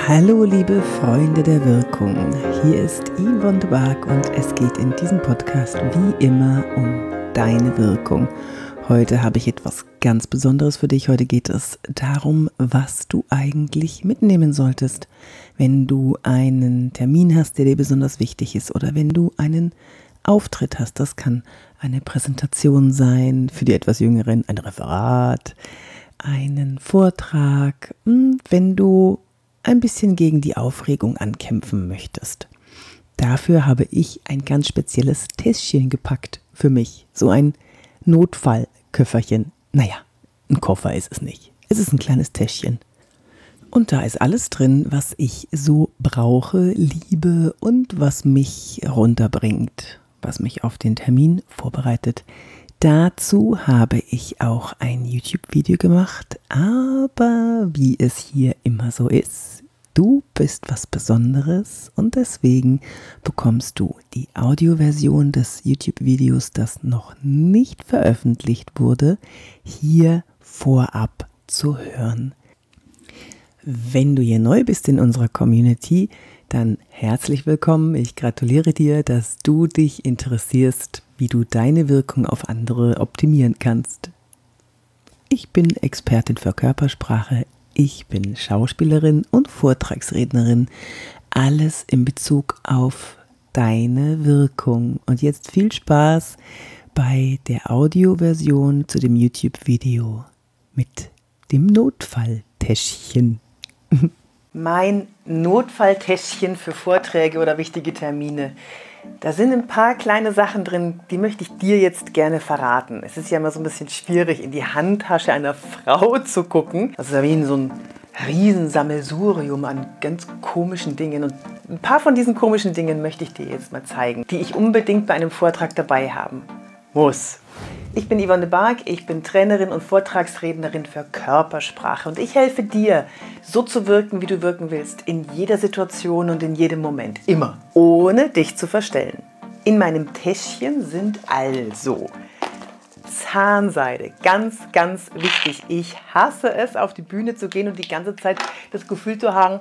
Hallo liebe Freunde der Wirkung, hier ist Yvonne de Barg und es geht in diesem Podcast wie immer um deine Wirkung. Heute habe ich etwas ganz Besonderes für dich. Heute geht es darum, was du eigentlich mitnehmen solltest, wenn du einen Termin hast, der dir besonders wichtig ist, oder wenn du einen Auftritt hast. Das kann eine Präsentation sein, für die etwas Jüngeren ein Referat, einen Vortrag, wenn du ein bisschen gegen die Aufregung ankämpfen möchtest. Dafür habe ich ein ganz spezielles Täschchen gepackt für mich. So ein Notfallköfferchen. Naja, ein Koffer ist es nicht. Es ist ein kleines Täschchen. Und da ist alles drin, was ich so brauche, liebe und was mich runterbringt, was mich auf den Termin vorbereitet. Dazu habe ich auch ein YouTube-Video gemacht, aber wie es hier immer so ist, du bist was Besonderes und deswegen bekommst du die Audioversion des YouTube-Videos, das noch nicht veröffentlicht wurde, hier vorab zu hören. Wenn du hier neu bist in unserer Community, dann herzlich willkommen. Ich gratuliere dir, dass du dich interessierst, wie du deine Wirkung auf andere optimieren kannst. Ich bin Expertin für Körpersprache, ich bin Schauspielerin und Vortragsrednerin. Alles in Bezug auf deine Wirkung. Und jetzt viel Spaß bei der Audioversion zu dem YouTube-Video mit dem Notfalltäschchen. Mein Notfalltäschchen für Vorträge oder wichtige Termine. Da sind ein paar kleine Sachen drin, die möchte ich dir jetzt gerne verraten. Es ist ja immer so ein bisschen schwierig, in die Handtasche einer Frau zu gucken. Das ist ja wie in so ein Riesensammelsurium an ganz komischen Dingen. Und ein paar von diesen komischen Dingen möchte ich dir jetzt mal zeigen, die ich unbedingt bei einem Vortrag dabei haben muss. Ich bin Yvonne de Barg, ich bin Trainerin und Vortragsrednerin für Körpersprache und ich helfe dir, so zu wirken, wie du wirken willst, in jeder Situation und in jedem Moment, immer, ohne dich zu verstellen. In meinem Täschchen sind also Zahnseide, ganz, ganz wichtig. Ich hasse es, auf die Bühne zu gehen und die ganze Zeit das Gefühl zu haben,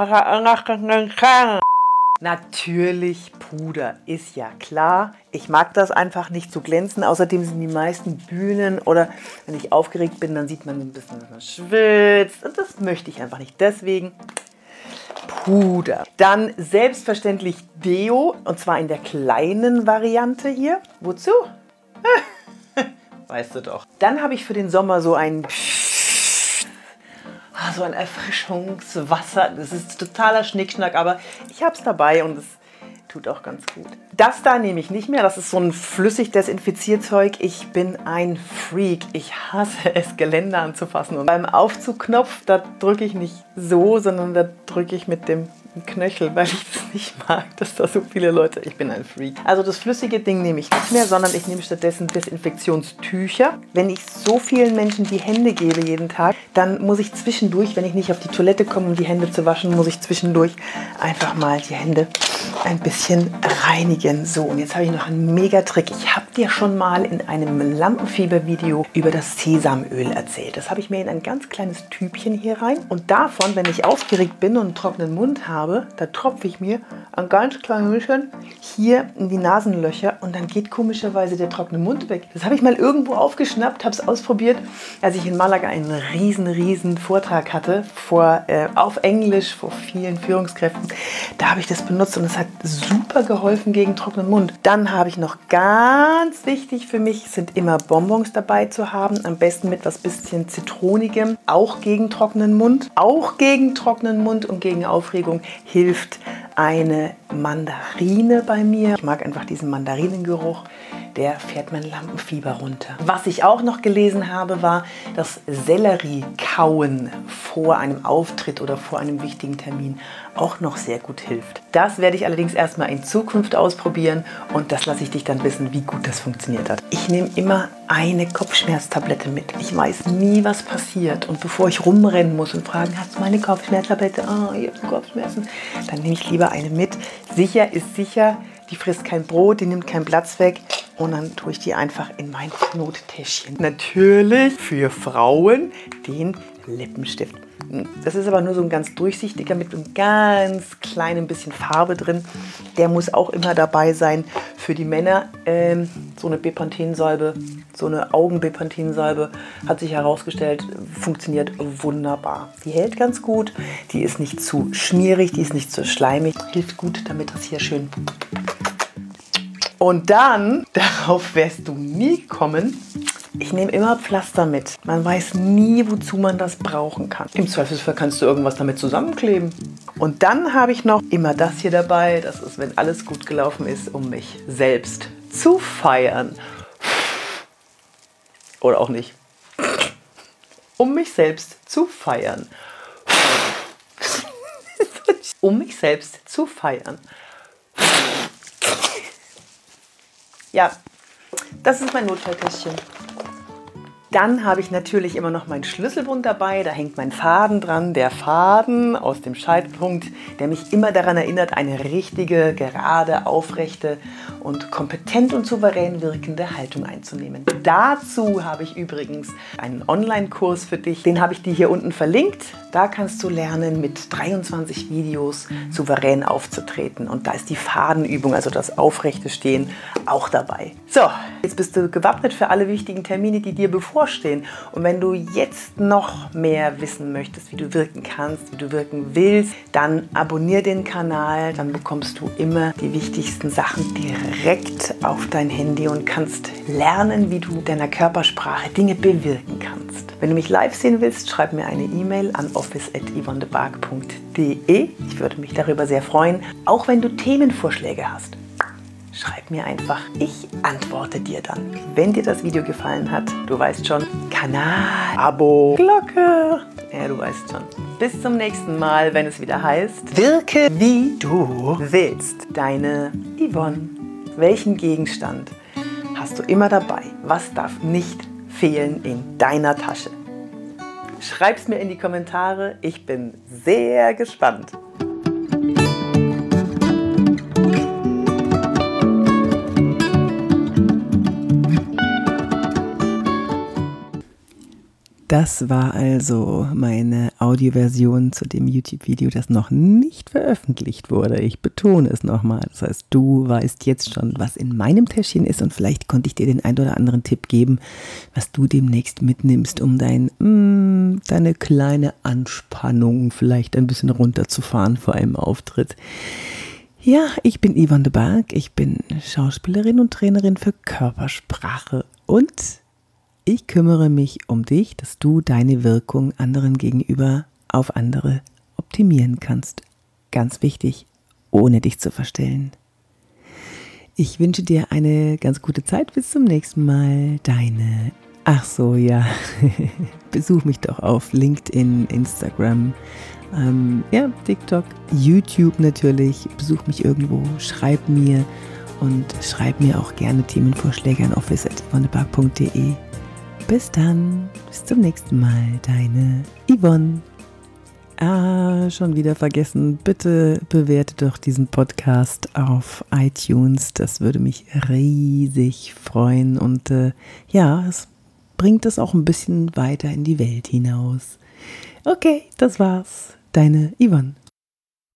natürlich Puder, ist ja klar. Ich mag das einfach nicht zu glänzen. Außerdem sind die meisten Bühnen oder wenn ich aufgeregt bin, dann sieht man ein bisschen, dass man schwitzt. Und das möchte ich einfach nicht. Deswegen Puder. Dann selbstverständlich Deo und zwar in der kleinen Variante hier. Wozu? Weißt du doch. Dann habe ich für den Sommer so ein Erfrischungswasser. Das ist totaler Schnickschnack, aber ich habe es dabei und es tut auch ganz gut. Das da nehme ich nicht mehr. Das ist so ein flüssig Desinfizierzeug. Ich bin ein Freak. Ich hasse es, Geländer anzufassen. Und beim Aufzugknopf, da drücke ich nicht so, sondern da drücke ich mit dem Knöchel, weil ich das nicht mag, dass da so viele Leute... Ich bin ein Freak. Also das flüssige Ding nehme ich nicht mehr, sondern ich nehme stattdessen Desinfektionstücher. Wenn ich so vielen Menschen die Hände gebe jeden Tag, dann muss ich zwischendurch, wenn ich nicht auf die Toilette komme, um die Hände zu waschen, muss ich zwischendurch einfach mal die Hände ein bisschen reinigen. So, und jetzt habe ich noch einen Mega-Trick. Ich habe dir schon mal in einem Lampenfieber-Video über das Sesamöl erzählt. Das habe ich mir in ein ganz kleines Tübchen hier rein. Und davon, wenn ich aufgeregt bin und einen trockenen Mund habe, da tropfe ich mir ein ganz kleines bisschen hier in die Nasenlöcher und dann geht komischerweise der trockene Mund weg. Das habe ich mal irgendwo aufgeschnappt, habe es ausprobiert, als ich in Malaga einen riesen Vortrag hatte auf Englisch vor vielen Führungskräften. Da habe ich das benutzt und es hat super geholfen gegen trockenen Mund. Dann habe ich noch ganz wichtig für mich, sind immer Bonbons dabei zu haben, am besten mit was bisschen Zitronigem, auch gegen trockenen Mund. Auch gegen trockenen Mund und gegen Aufregung hilft eine Mandarine bei mir. Ich mag einfach diesen Mandarinengeruch, der fährt mein Lampenfieber runter. Was ich auch noch gelesen habe, war, dass Sellerie-Kauen vor einem Auftritt oder vor einem wichtigen Termin auch noch sehr gut hilft. Das werde ich allerdings erstmal in Zukunft ausprobieren und das lasse ich dich dann wissen, wie gut das funktioniert hat. Ich nehme immer eine Kopfschmerztablette mit. Ich weiß nie, was passiert und bevor ich rumrennen muss und fragen, hast du meine Kopfschmerztablette? Ich habe Kopfschmerzen. Dann nehme ich lieber eine mit. Sicher ist sicher, die frisst kein Brot, die nimmt keinen Platz weg. Und dann tue ich die einfach in mein Nottäschchen. Natürlich für Frauen den Lippenstift. Das ist aber nur so ein ganz durchsichtiger mit einem ganz kleinen bisschen Farbe drin. Der muss auch immer dabei sein für die Männer. So eine Bepanthensalbe, so eine Augen-Bepanthensalbe hat sich herausgestellt, funktioniert wunderbar. Die hält ganz gut, die ist nicht zu schmierig, die ist nicht zu schleimig, hilft gut, damit das hier schön... Und dann, darauf wärst du nie kommen, ich nehme immer Pflaster mit. Man weiß nie, wozu man das brauchen kann. Im Zweifelsfall kannst du irgendwas damit zusammenkleben. Und dann habe ich noch immer das hier dabei. Das ist, wenn alles gut gelaufen ist, um mich selbst zu feiern. Oder auch nicht. Um mich selbst zu feiern. Um mich selbst zu feiern. Ja, das ist mein Notfalltäschchen. Dann habe ich natürlich immer noch meinen Schlüsselbund dabei, da hängt mein Faden dran, der Faden aus dem Scheitelpunkt, der mich immer daran erinnert, eine richtige, gerade, aufrechte und kompetent und souverän wirkende Haltung einzunehmen. Dazu habe ich übrigens einen Online-Kurs für dich, den habe ich dir hier unten verlinkt. Da kannst du lernen, mit 23 Videos souverän aufzutreten und da ist die Fadenübung, also das aufrechte Stehen, auch dabei. So, jetzt bist du gewappnet für alle wichtigen Termine, die dir bevorstehen. Und wenn du jetzt noch mehr wissen möchtest, wie du wirken kannst, wie du wirken willst, dann abonniere den Kanal, dann bekommst du immer die wichtigsten Sachen direkt auf dein Handy und kannst lernen, wie du deiner Körpersprache Dinge bewirken kannst. Wenn du mich live sehen willst, schreib mir eine E-Mail an office@yvonnebark.de. Ich würde mich darüber sehr freuen. Auch wenn du Themenvorschläge hast, schreib mir einfach, ich antworte dir dann. Wenn dir das Video gefallen hat, du weißt schon, Kanal, Abo, Glocke. Ja, du weißt schon. Bis zum nächsten Mal, wenn es wieder heißt, wirke wie du willst. Deine Yvonne. Welchen Gegenstand hast du immer dabei? Was darf nicht fehlen in deiner Tasche? Schreib's mir in die Kommentare. Ich bin sehr gespannt. Das war also meine Audioversion zu dem YouTube-Video, das noch nicht veröffentlicht wurde. Ich betone es nochmal. Das heißt, du weißt jetzt schon, was in meinem Täschchen ist und vielleicht konnte ich dir den ein oder anderen Tipp geben, was du demnächst mitnimmst, um deine kleine Anspannung vielleicht ein bisschen runterzufahren vor einem Auftritt. Ja, ich bin Yvonne de Barg. Ich bin Schauspielerin und Trainerin für Körpersprache und ich kümmere mich um dich, dass du deine Wirkung anderen gegenüber auf andere optimieren kannst. Ganz wichtig, ohne dich zu verstellen. Ich wünsche dir eine ganz gute Zeit. Bis zum nächsten Mal. Deine... Ach so, ja. Besuch mich doch auf LinkedIn, Instagram, TikTok, YouTube natürlich. Besuch mich irgendwo, schreib mir und schreib mir auch gerne Themenvorschläge an office@yvonnebark.de. Bis dann, bis zum nächsten Mal, deine Yvonne. Schon wieder vergessen, bitte bewerte doch diesen Podcast auf iTunes, das würde mich riesig freuen und es bringt es auch ein bisschen weiter in die Welt hinaus. Okay, das war's, deine Yvonne.